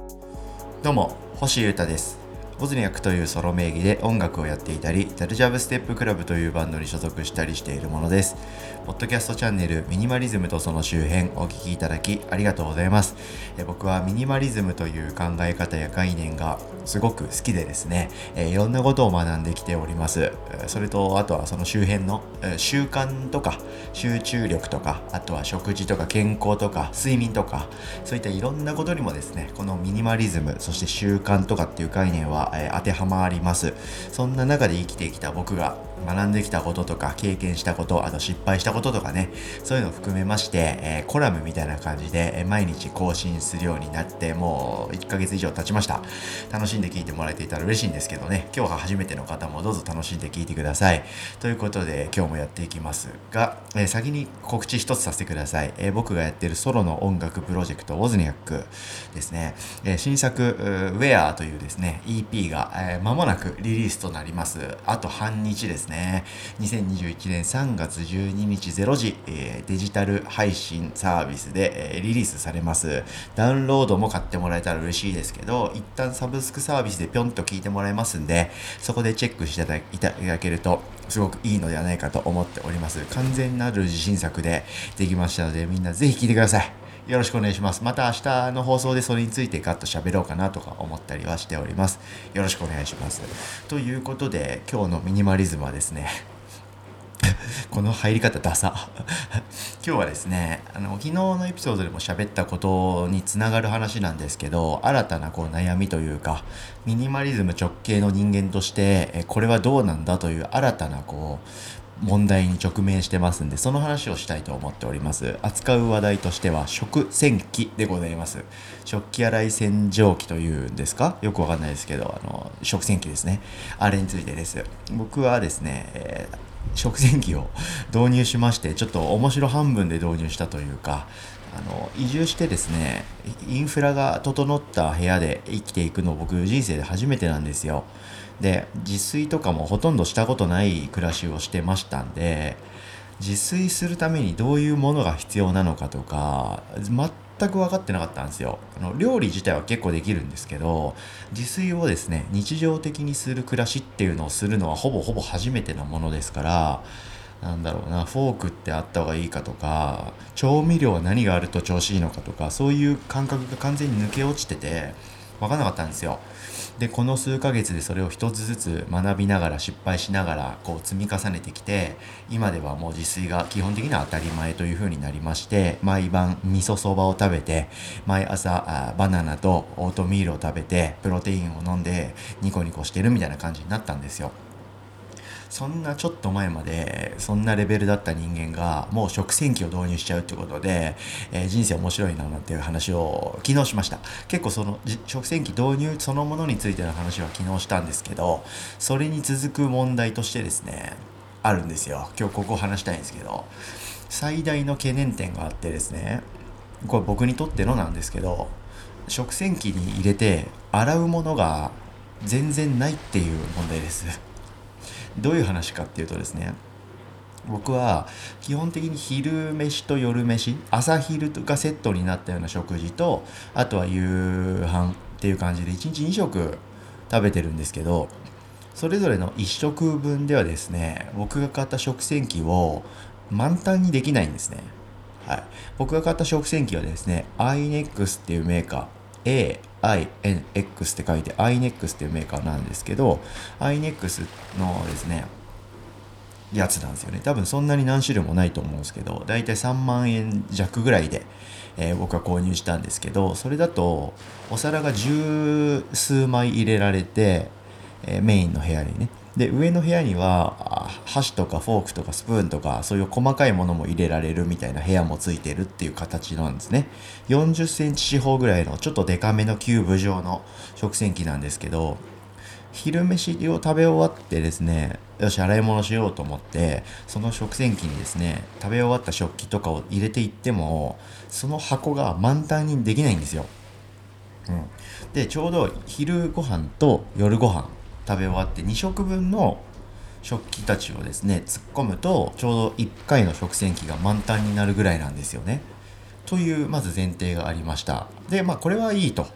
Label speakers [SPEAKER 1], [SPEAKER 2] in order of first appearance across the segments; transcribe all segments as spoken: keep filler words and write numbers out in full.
[SPEAKER 1] どうも、星優太です。ボズニャックというソロ名義で音楽をやっていたり、ダルジャブステップクラブというバンドに所属したりしているものです。ポッドキャストチャンネルミニマリズムとその周辺お聞きいただきありがとうございます。え僕はミニマリズムという考え方や概念がすごく好きでですね、えいろんなことを学んできております。それとあとはその周辺の習慣とか集中力とか、あとは食事とか健康とか睡眠とか、そういったいろんなことにもですね、このミニマリズム、そして習慣とかっていう概念は、えー、当てはまります。そんな中で生きてきた僕が学んできたこととか経験したこと、あと失敗したこととかね、そういうのを含めまして、えー、コラムみたいな感じで、えー、毎日更新するようになってもういっかげつ以上経ちました。楽しんで聞いてもらえていたら嬉しいんですけどね、今日は初めての方もどうぞ楽しんで聞いてください。ということで今日もやっていきますが、えー、先に告知一つさせてください。えー、僕がやっているソロの音楽プロジェクトウォズニャックですね、えー、新作 Where というですね イーピー が、えー、間もなくリリースとなります。あと半日ですね。にせんにじゅういちねんさんがつじゅうににちれいじ、えー、デジタル配信サービスで、えー、リリースされます。ダウンロードも買ってもらえたら嬉しいですけど、一旦サブスクサービスでぴょんと聞いてもらえますんで、そこでチェックしていただけるとすごくいいのではないかと思っております。完全なる自信作でできましたので、みんなぜひ聞いてください。よろしくお願いします。また明日の放送でそれについてガッと喋ろうかなとか思ったりはしております。よろしくお願いします。ということで、今日のミニマリズムはですね、この入り方ダサ今日はですね、あの昨日のエピソードでも喋ったことにつながる話なんですけど、新たなこう悩みというか、ミニマリズム直系の人間としてえこれはどうなんだという新たなこう問題に直面してますんで、その話をしたいと思っております。扱う話題としては食洗機でございます。食器洗い洗浄機というんですか、よくわかんないですけど、あの食洗機ですね、あれについてです。僕はですね、えー食洗機を導入しまして、ちょっと面白半分で導入したというか、あの移住してですね、インフラが整った部屋で生きていくの僕人生で初めてなんですよ。で、自炊とかもほとんどしたことない暮らしをしてましたんで、自炊するためにどういうものが必要なのかとか全く分かってなかったんですよ。あの料理自体は結構できるんですけど、自炊をですね日常的にする暮らしっていうのをするのはほぼほぼ初めてなものですから、なんだろうな、フォークってあった方がいいかとか、調味料は何があると調子いいのかとか、そういう感覚が完全に抜け落ちてて分かんなかったんですよ。で、この数ヶ月でそれを一つずつ学びながら失敗しながらこう積み重ねてきて、今ではもう自炊が基本的には当たり前という風になりまして、毎晩味噌そばを食べて、毎朝バナナとオートミールを食べてプロテインを飲んでニコニコしてるみたいな感じになったんですよ。そんなちょっと前までそんなレベルだった人間がもう食洗機を導入しちゃうってことで、えー人生面白いななんていう話を昨日しました。結構その食洗機導入そのものについての話は昨日したんですけど、それに続く問題としてですね、あるんですよ。今日ここを話したいんですけど、最大の懸念点があってですね、これ僕にとってのなんですけど、食洗機に入れて洗うものが全然ないっていう問題です。どういう話かっていうとですね、僕は基本的に昼飯と夜飯、朝昼がセットになったような食事と、あとは夕飯っていう感じでいちにちに食食べてるんですけど、それぞれのいっ食分ではですね、僕が買った食洗機を満タンにできないんですね。はい、僕が買った食洗機はですね、アイネックス っていうメーカー、エーアイエヌエックス って書いて アイネックス っていうメーカーなんですけど、アイネックス のですねやつなんですよね。多分そんなに何種類もないと思うんですけど、だいたいさんまんえん弱ぐらいで、えー僕は購入したんですけど、それだとお皿が十数枚入れられて、えーメインの部屋にね、で上の部屋にはあ箸とかフォークとかスプーンとかそういう細かいものも入れられるみたいな部屋もついてるっていう形なんですね。よんじゅっセンチ四方ぐらいのちょっとデカめのキューブ状の食洗機なんですけど、昼飯を食べ終わってですね、よし洗い物しようと思ってその食洗機にですね食べ終わった食器とかを入れていっても、その箱が満タンにできないんですよ。うん、でちょうど昼ご飯と夜ご飯食べ終わってに食分の食器たちをですね突っ込むと、ちょうどいっかいの食洗機が満タンになるぐらいなんですよね。というまず前提がありました。でまあこれはいいと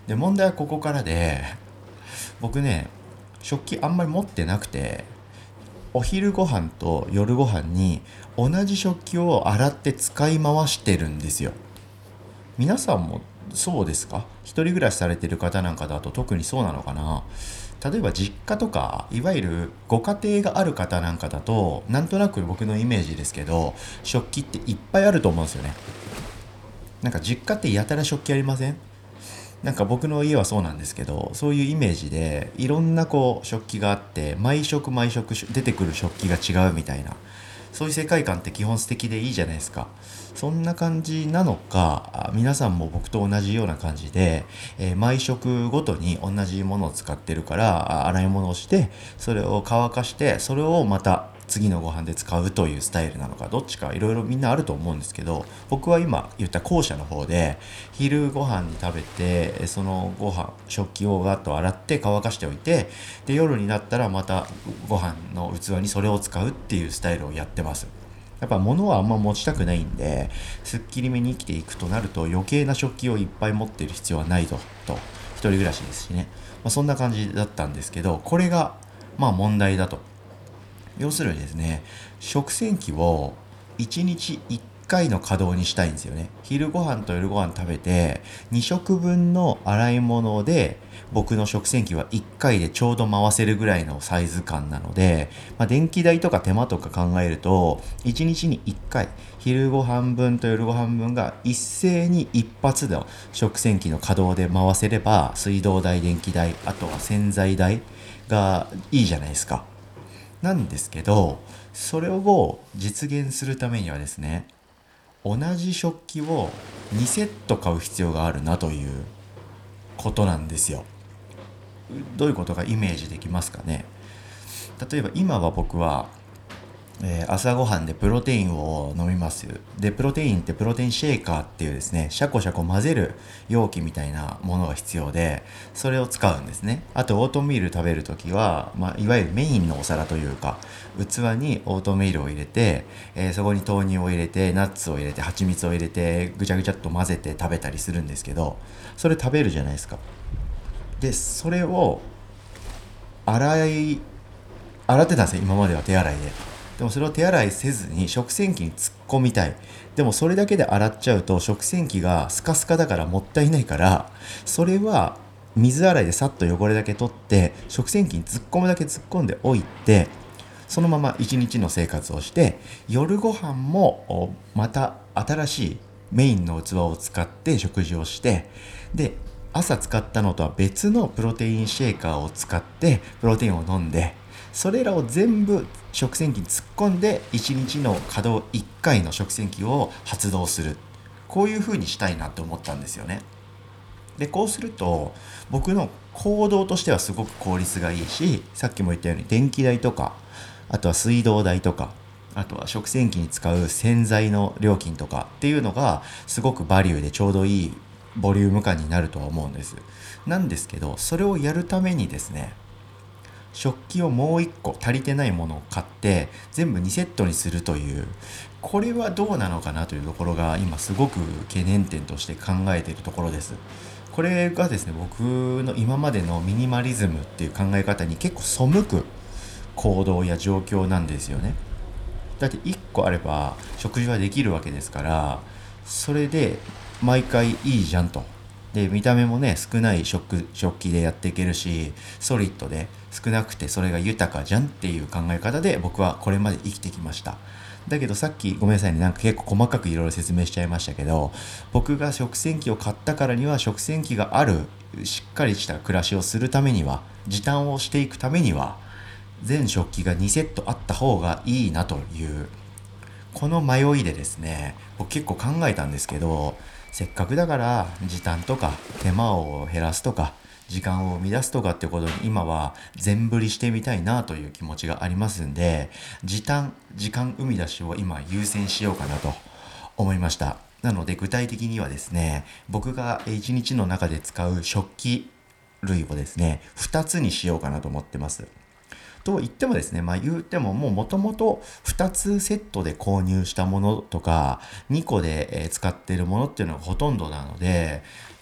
[SPEAKER 1] で問題はここからで、僕ね食器あんまり持ってなくて、お昼ご飯と夜ご飯に同じ食器を洗って使い回してるんですよ。皆さんもそうですか？一人暮らしされてる方なんかだと特にそうなのかな。例えば実家とかいわゆるご家庭がある方なんかだと、なんとなく僕のイメージですけど、食器っていっぱいあると思うんですよね。なんか実家ってやたら食器ありません？なんか僕の家はそうなんですけど、そういうイメージでいろんなこう食器があって、毎食毎食出てくる食器が違うみたいな、そういう世界観って基本素敵でいいじゃないですか。そんな感じなのか、皆さんも僕と同じような感じで、えー毎食ごとに同じものを使ってるから、洗い物をしてそれを乾かして、それをまた次のご飯で使うというスタイルなのか、どっちかいろいろみんなあると思うんですけど、僕は今言った後者の方で、昼ご飯に食べてそのご飯食器をガッと洗って乾かしておいて、で夜になったらまたご飯の器にそれを使うっていうスタイルをやってます。やっぱ物はあんま持ちたくないんで、すっきりめに生きていくとなると余計な食器をいっぱい持っている必要はないとと一人暮らしですしね、まあ、そんな感じだったんですけど、これがまあ問題だと。要するにですね、食洗機をいちにちいっかいの稼働にしたいんですよね。昼ご飯と夜ご飯食べてに食分の洗い物で、僕の食洗機はいっかいでちょうど回せるぐらいのサイズ感なので、まあ、電気代とか手間とか考えるといちにちにいっかい、昼ご飯分と夜ご飯分が一斉に一発で食洗機の稼働で回せれば、水道代、電気代、あとは洗剤代がいいじゃないですか。なんですけど、それを実現するためにはですね、同じ食器をにセット買う必要があるなということなんですよ。どういうことかイメージできますかね。例えば今は僕はえー朝ごはんでプロテインを飲みます。で、プロテインってプロテインシェーカーっていうですね、シャコシャコ混ぜる容器みたいなものが必要で、それを使うんですね。あとオートミール食べるときは、まあ、いわゆるメインのお皿というか、器にオートミールを入れて、えーそこに豆乳を入れて、ナッツを入れて、蜂蜜を入れて、ぐちゃぐちゃっと混ぜて食べたりするんですけど、それ食べるじゃないですか。で、それを洗い、洗ってたんですよ、今までは手洗いで。でもそれを手洗いせずに食洗機に突っ込みたい。でもそれだけで洗っちゃうと食洗機がスカスカだからもったいないから、それは水洗いでさっと汚れだけ取って食洗機に突っ込むだけ突っ込んでおいて、そのまま一日の生活をして、夜ご飯もまた新しいメインの器を使って食事をして、で朝使ったのとは別のプロテインシェーカーを使ってプロテインを飲んで、それらを全部食洗機に突っ込んでいちにちの稼働いっかいの食洗機を発動する。こういう風にしたいなと思ったんですよね。でこうすると僕の行動としてはすごく効率がいいし、さっきも言ったように電気代とか、あとは水道代とか、あとは食洗機に使う洗剤の料金とかっていうのがすごくバリューでちょうどいいボリューム感になるとは思うんです。なんですけど、それをやるためにですね、食器をもういっこ足りてないものを買って全部にセットにするという、これはどうなのかなというところが今すごく懸念点として考えているところです。これがですね、僕の今までのミニマリズムっていう考え方に結構背く行動や状況なんですよね。だっていっこあれば食事はできるわけですから、それで毎回いいじゃんと。で見た目もね、少ない食食器でやっていけるし、ソリッドで少なくてそれが豊かじゃんっていう考え方で僕はこれまで生きてきました。だけどさっきごめんなさいね、なんか結構細かくいろいろ説明しちゃいましたけど、僕が食洗機を買ったからには、食洗機があるしっかりした暮らしをするためには、時短をしていくためには全食器がにセットあった方がいいなという、この迷いでですね、僕結構考えたんですけど、せっかくだから時短とか手間を減らすとか時間を生み出すとかってことに今は全振りしてみたいなという気持ちがありますんで、時短時間生み出しを今優先しようかなと思いました。なので具体的にはですね、僕がいちにちの中で使う食器類をですねふたつにしようかなと思ってます。と言ってもですね、まあ言ってももうもともとふたつセットで購入したものとかにこで使っているものっていうのがほとんどなので、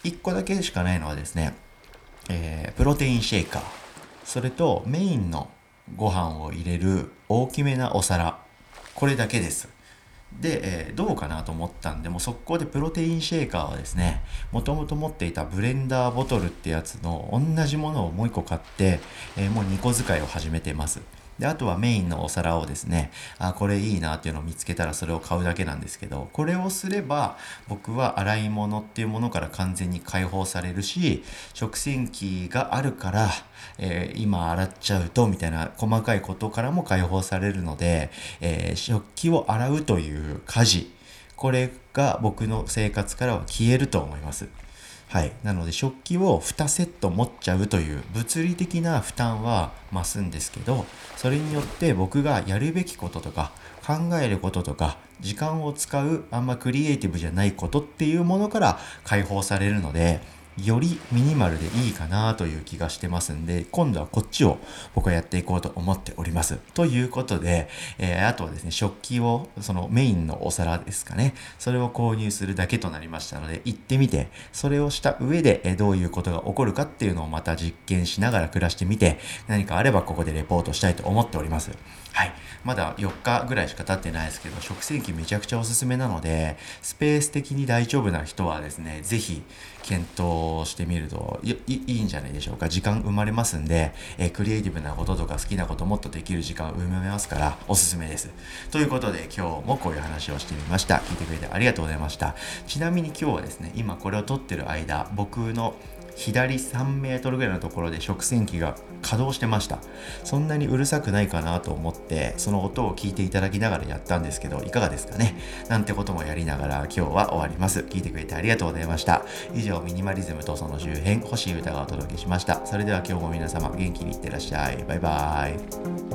[SPEAKER 1] いっこだけしかないのはですね、えープロテインシェイカー、それとメインのご飯を入れる大きめなお皿、これだけです。で、えーどうかなと思ったんで、もう速攻でプロテインシェーカーはですね、もともと持っていたブレンダーボトルってやつの同じものをもういっこ買って、えーもうにこ使いを始めています。で、あとはメインのお皿をですね、あ、これいいなっていうのを見つけたらそれを買うだけなんですけど、これをすれば僕は洗い物っていうものから完全に解放されるし、食洗機があるから、えー今洗っちゃうとみたいな細かいことからも解放されるので、えー食器を洗うという家事、これが僕の生活からは消えると思います。はい。なので食器をにセット持っちゃうという物理的な負担は増すんですけど、それによって僕がやるべきこととか考えることとか時間を使うあんまクリエイティブじゃないことっていうものから解放されるので、よりミニマルでいいかなという気がしてますんで、今度はこっちを僕はやっていこうと思っております。ということで、えーあとはですね、食器を、そのメインのお皿ですかね、それを購入するだけとなりましたので、行ってみて、それをした上で、えーどういうことが起こるかっていうのをまた実験しながら暮らしてみて、何かあればここでレポートしたいと思っております。はい。まだよっかぐらいしか経ってないですけど、食洗機めちゃくちゃおすすめなので、スペース的に大丈夫な人はですね、ぜひ検討してみるといいいいんじゃないでしょうか。時間生まれますんで、えークリエイティブなこととか好きなこともっとできる時間埋めますからおすすめです。ということで今日もこういう話をしてみました。聞いてくれてありがとうございました。ちなみに今日はですね、今これを撮ってる間、僕の左さんメートルぐらいのところで食洗機が稼働してました。そんなにうるさくないかなと思ってその音を聞いていただきながらやったんですけど、いかがですかね。なんてこともやりながら今日は終わります。聞いてくれてありがとうございました。以上、ミニマリズムとその周辺、星歌がお届けしました。それでは今日も皆様元気にいってらっしゃい。バイバーイ。